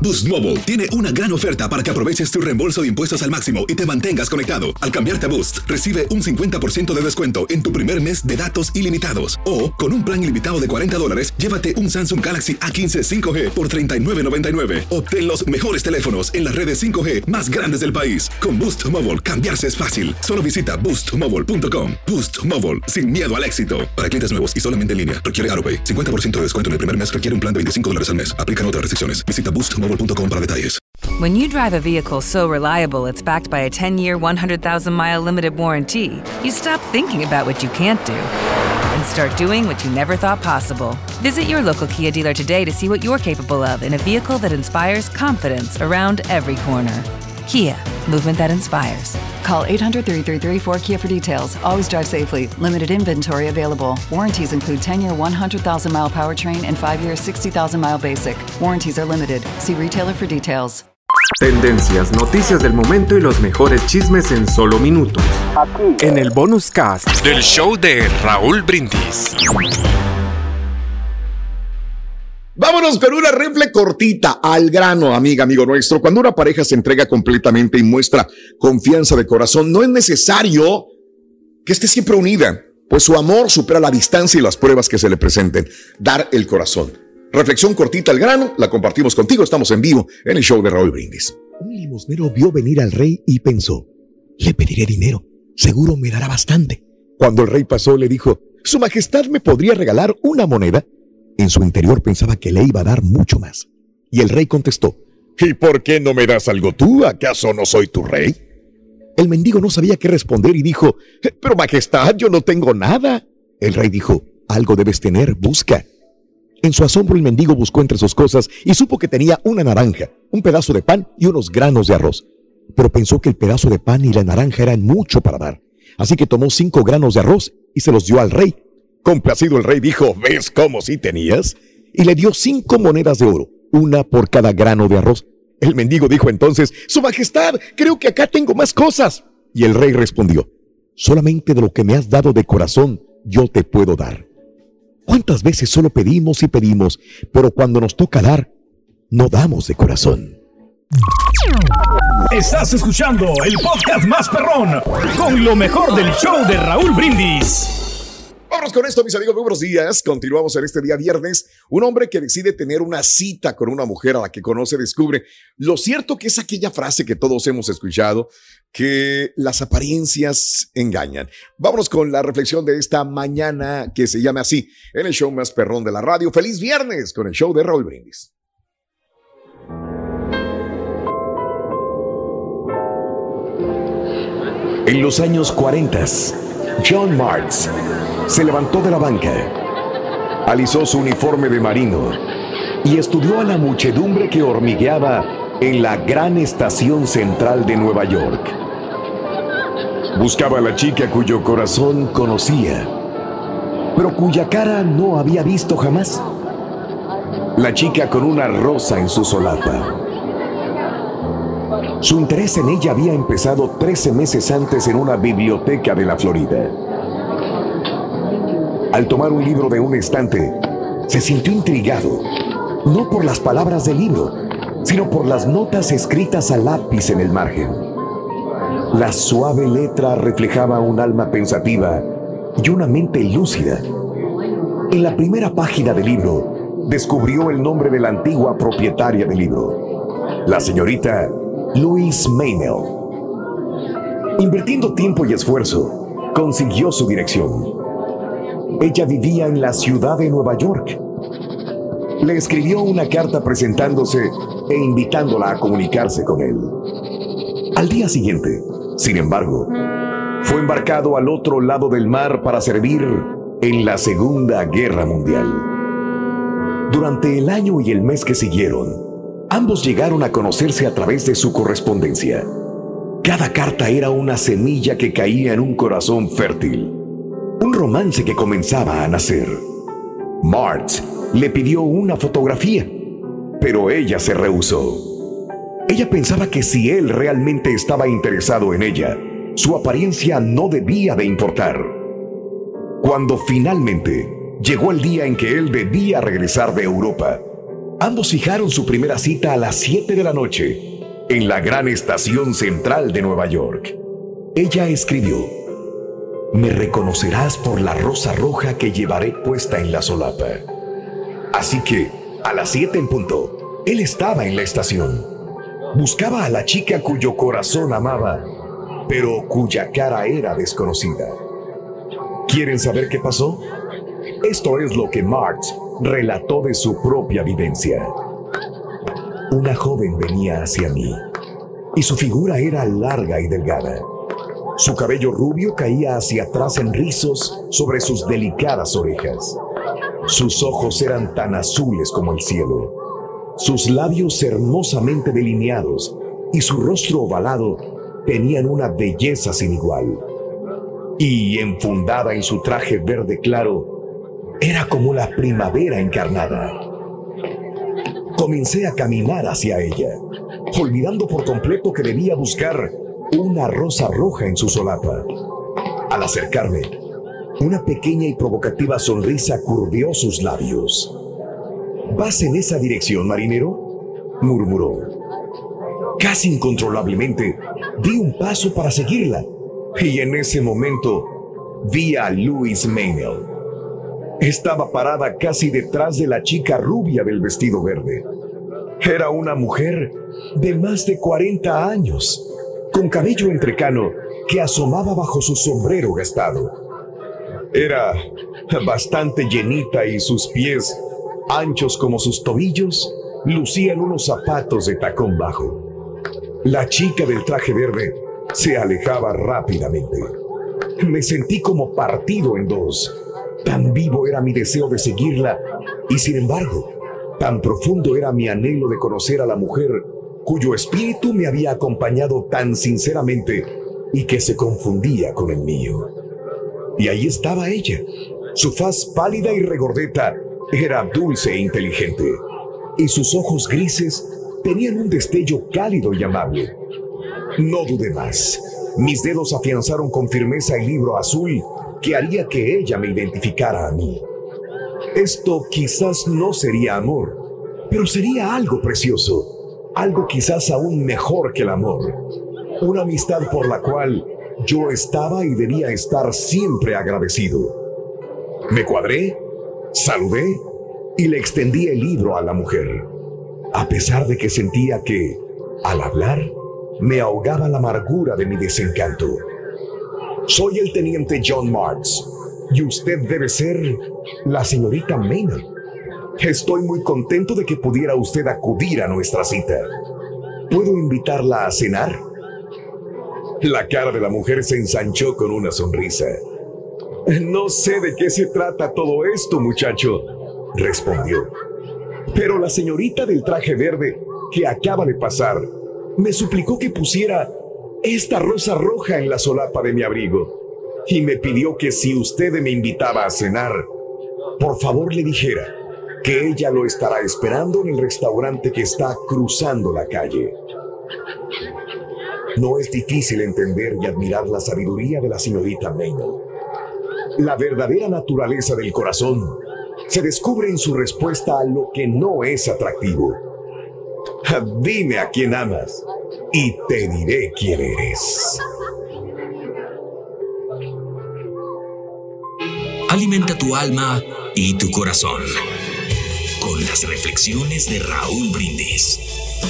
Boost Mobile tiene una gran oferta para que aproveches tu reembolso de impuestos al máximo y te mantengas conectado. Al cambiarte a Boost, recibe un 50% de descuento en tu primer mes de datos ilimitados. O, con un plan ilimitado de $40, llévate un Samsung Galaxy A15 5G por $39.99. Obtén los mejores teléfonos en las redes 5G más grandes del país. Con Boost Mobile, cambiarse es fácil. Solo visita boostmobile.com. Boost Mobile, sin miedo al éxito. Para clientes nuevos y solamente en línea, requiere AroPay. 50% de descuento en el primer mes requiere un plan de $25 al mes. Aplican otras restricciones. Visita boostmobile.com para detalles. When you drive a vehicle so reliable it's backed by a 10-year, 100,000-mile limited warranty, you stop thinking about what you can't do and start doing what you never thought possible. Visit your local Kia dealer today to see what you're capable of in a vehicle that inspires confidence around every corner. Kia, movement that inspires. Call 800-3334-KIA for details. Always drive safely. Limited inventory available. Warranties include 10-year, 100,000-mile powertrain and 5-year, 60,000-mile basic. Warranties are limited. See retailer for details. Tendencias, noticias del momento y los mejores chismes en solo minutos. Aquí, en el bonus cast del show de Raúl Brindis. Vámonos con una rifle cortita, al grano, amigo nuestro. Cuando una pareja se entrega completamente y muestra confianza de corazón, no es necesario que esté siempre unida, pues su amor supera la distancia y las pruebas que se le presenten. Dar el corazón. Reflexión cortita al grano, la compartimos contigo, estamos en vivo en el show de Raúl Brindis. Un limosnero vio venir al rey y pensó, le pediré dinero, seguro me dará bastante. Cuando el rey pasó, le dijo, ¿Su Majestad me podría regalar una moneda? En su interior pensaba que le iba a dar mucho más. Y el rey contestó, ¿y por qué no me das algo tú? ¿Acaso no soy tu rey? El mendigo no sabía qué responder y dijo, pero Majestad, yo no tengo nada. El rey dijo, algo debes tener, busca. En su asombro el mendigo buscó entre sus cosas y supo que tenía una naranja, un pedazo de pan y unos granos de arroz. Pero pensó que el pedazo de pan y la naranja eran mucho para dar. Así que tomó 5 granos de arroz y se los dio al rey. Complacido el rey dijo, ¿ves cómo sí tenías? Y le dio 5 monedas de oro, una por cada grano de arroz. El mendigo dijo entonces, Su Majestad, creo que acá tengo más cosas. Y el rey respondió, solamente de lo que me has dado de corazón yo te puedo dar. ¿Cuántas veces solo pedimos y pedimos, pero cuando nos toca dar, no damos de corazón? Estás escuchando el podcast más perrón, con lo mejor del show de Raúl Brindis. Vámonos con esto, mis amigos, muy buenos días. Continuamos en este día viernes. Un hombre que decide tener una cita con una mujer a la que conoce descubre lo cierto que es aquella frase que todos hemos escuchado, que las apariencias engañan. Vámonos con la reflexión de esta mañana que se llama así, en el show más perrón de la radio. ¡Feliz viernes con el show de Raúl Brindis! En los años 40, John Marks se levantó de la banca, alisó su uniforme de marino y estudió a la muchedumbre que hormigueaba en la gran estación central de Nueva York. Buscaba a la chica cuyo corazón conocía, pero cuya cara no había visto jamás. La chica con una rosa en su solapa. Su interés en ella había empezado 13 meses antes en una biblioteca de la Florida. Al tomar un libro de un estante, se sintió intrigado, no por las palabras del libro, sino por las notas escritas a lápiz en el margen. La suave letra reflejaba un alma pensativa y una mente lúcida. En la primera página del libro, descubrió el nombre de la antigua propietaria del libro, la señorita Louise Meynell. Invirtiendo tiempo y esfuerzo, consiguió su dirección. Ella vivía en la ciudad de Nueva York. Le escribió una carta presentándose e invitándola a comunicarse con él. Al día siguiente, sin embargo, fue embarcado al otro lado del mar para servir en la Segunda Guerra Mundial. Durante el año y el mes que siguieron, ambos llegaron a conocerse a través de su correspondencia. Cada carta era una semilla que caía en un corazón fértil, un romance que comenzaba a nacer. Marx le pidió una fotografía, pero ella se rehusó. Ella pensaba que si él realmente estaba interesado en ella, su apariencia no debía de importar. Cuando finalmente llegó el día en que él debía regresar de Europa, Ambos fijaron su primera cita a las 7 de la noche en la gran estación central de Nueva York. Ella escribió: me reconocerás por la rosa roja que llevaré puesta en la solapa. Así que, a las 7 en punto, él estaba en la estación. Buscaba a la chica cuyo corazón amaba, pero cuya cara era desconocida. ¿Quieren saber qué pasó? Esto es lo que Martz relató de su propia vivencia. Una joven venía hacia mí, y su figura era larga y delgada. Su cabello rubio caía hacia atrás en rizos sobre sus delicadas orejas. Sus ojos eran tan azules como el cielo. Sus labios hermosamente delineados y su rostro ovalado tenían una belleza sin igual. Y enfundada en su traje verde claro, era como la primavera encarnada. Comencé a caminar hacia ella, olvidando por completo que debía buscar una rosa roja en su solapa. Al acercarme, una pequeña y provocativa sonrisa curvió sus labios. ¿Vas en esa dirección, marinero?, murmuró. Casi incontrolablemente, di un paso para seguirla, y en ese momento vi a Louise Meynell. Estaba parada casi detrás de la chica rubia del vestido verde. Era una mujer de más de 40 años, con cabello entrecano que asomaba bajo su sombrero gastado. Era bastante llenita y sus pies, anchos como sus tobillos, lucían unos zapatos de tacón bajo. La chica del traje verde se alejaba rápidamente. Me sentí como partido en dos. Tan vivo era mi deseo de seguirla y, sin embargo, tan profundo era mi anhelo de conocer a la mujer cuyo espíritu me había acompañado tan sinceramente y que se confundía con el mío. Y ahí estaba ella. Su faz pálida y regordeta era dulce e inteligente, y sus ojos grises tenían un destello cálido y amable. No dudé más. Mis dedos afianzaron con firmeza el libro azul que haría que ella me identificara a mí. Esto quizás no sería amor, pero sería algo precioso, algo quizás aún mejor que el amor. Una amistad por la cual yo estaba y debía estar siempre agradecido. Me cuadré, saludé y le extendí el libro a la mujer, a pesar de que sentía que, al hablar, me ahogaba la amargura de mi desencanto. Soy el teniente John Martz, y usted debe ser la señorita Meynell. Estoy muy contento de que pudiera usted acudir a nuestra cita. ¿Puedo invitarla a cenar? La cara de la mujer se ensanchó con una sonrisa. No sé de qué se trata todo esto, muchacho, respondió. Pero la señorita del traje verde que acaba de pasar me suplicó que pusiera esta rosa roja en la solapa de mi abrigo y me pidió que si usted me invitaba a cenar, por favor le dijera que ella lo estará esperando en el restaurante que está cruzando la calle. No es difícil entender y admirar la sabiduría de la señorita Meynell. La verdadera naturaleza del corazón se descubre en su respuesta a lo que no es atractivo. Dime a quién amas y te diré quién eres. Alimenta tu alma y tu corazón con las reflexiones de Raúl Brindis.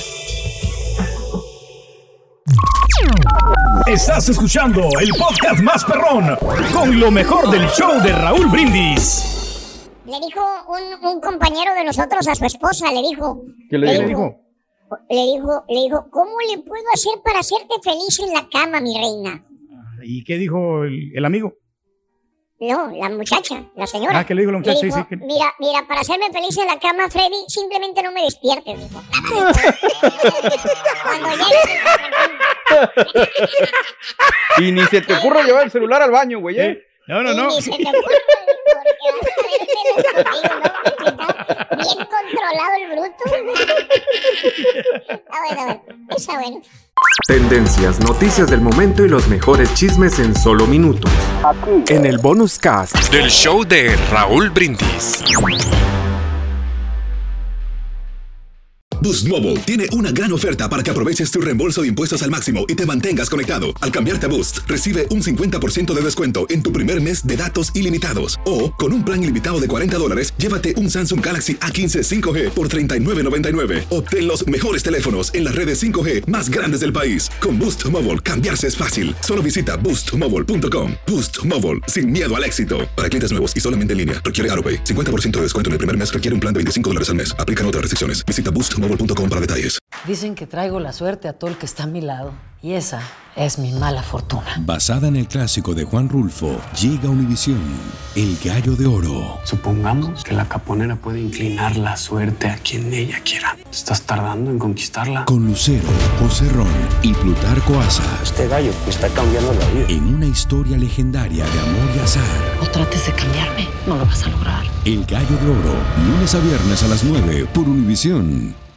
Estás escuchando el podcast más perrón con lo mejor del show de Raúl Brindis. Le dijo un compañero de nosotros a su esposa, le dijo... ¿Qué le dijo? Le dijo, ¿cómo le puedo hacer para hacerte feliz en la cama, mi reina? ¿Y qué dijo el amigo? No, la muchacha, la señora. ¿Qué le dijo la muchacha? Dijo, sí, sí. Mira, para hacerme feliz en la cama, Freddy, simplemente no me despiertes, dijo. Cuando llegue... Y ni se te ocurre llevar el celular al baño, güey, ¿eh? No. Ni se te ocurre, porque vas a ver ¿no? Bien controlado el bruto. Bueno, está bueno. Tendencias, noticias del momento y los mejores chismes en solo minutos. Aquí. En el bonus cast del show de Raúl Brindis. Boost Mobile tiene una gran oferta para que aproveches tu reembolso de impuestos al máximo y te mantengas conectado. Al cambiarte a Boost, recibe un 50% de descuento en tu primer mes de datos ilimitados. O, con un plan ilimitado de $40, llévate un Samsung Galaxy A15 5G por $39.99. Obtén los mejores teléfonos en las redes 5G más grandes del país. Con Boost Mobile, cambiarse es fácil. Solo visita boostmobile.com. Boost Mobile, sin miedo al éxito. Para clientes nuevos y solamente en línea, requiere AroPay. 50% de descuento en el primer mes requiere un plan de $25 al mes. Aplican otras restricciones. Visita boostmobile.com para detalles. Dicen que traigo la suerte a todo el que está a mi lado. Y esa es mi mala fortuna. Basada en el clásico de Juan Rulfo, llega Univisión, El Gallo de Oro. Supongamos que la caponera puede inclinar la suerte a quien ella quiera. ¿Estás tardando en conquistarla? Con Lucero, José Ron y Plutarco Asa. Este gallo me está cambiando la vida. En una historia legendaria de amor y azar. No trates de cambiarme, no lo vas a lograr. El Gallo de Oro, lunes a viernes a las 9 por Univisión.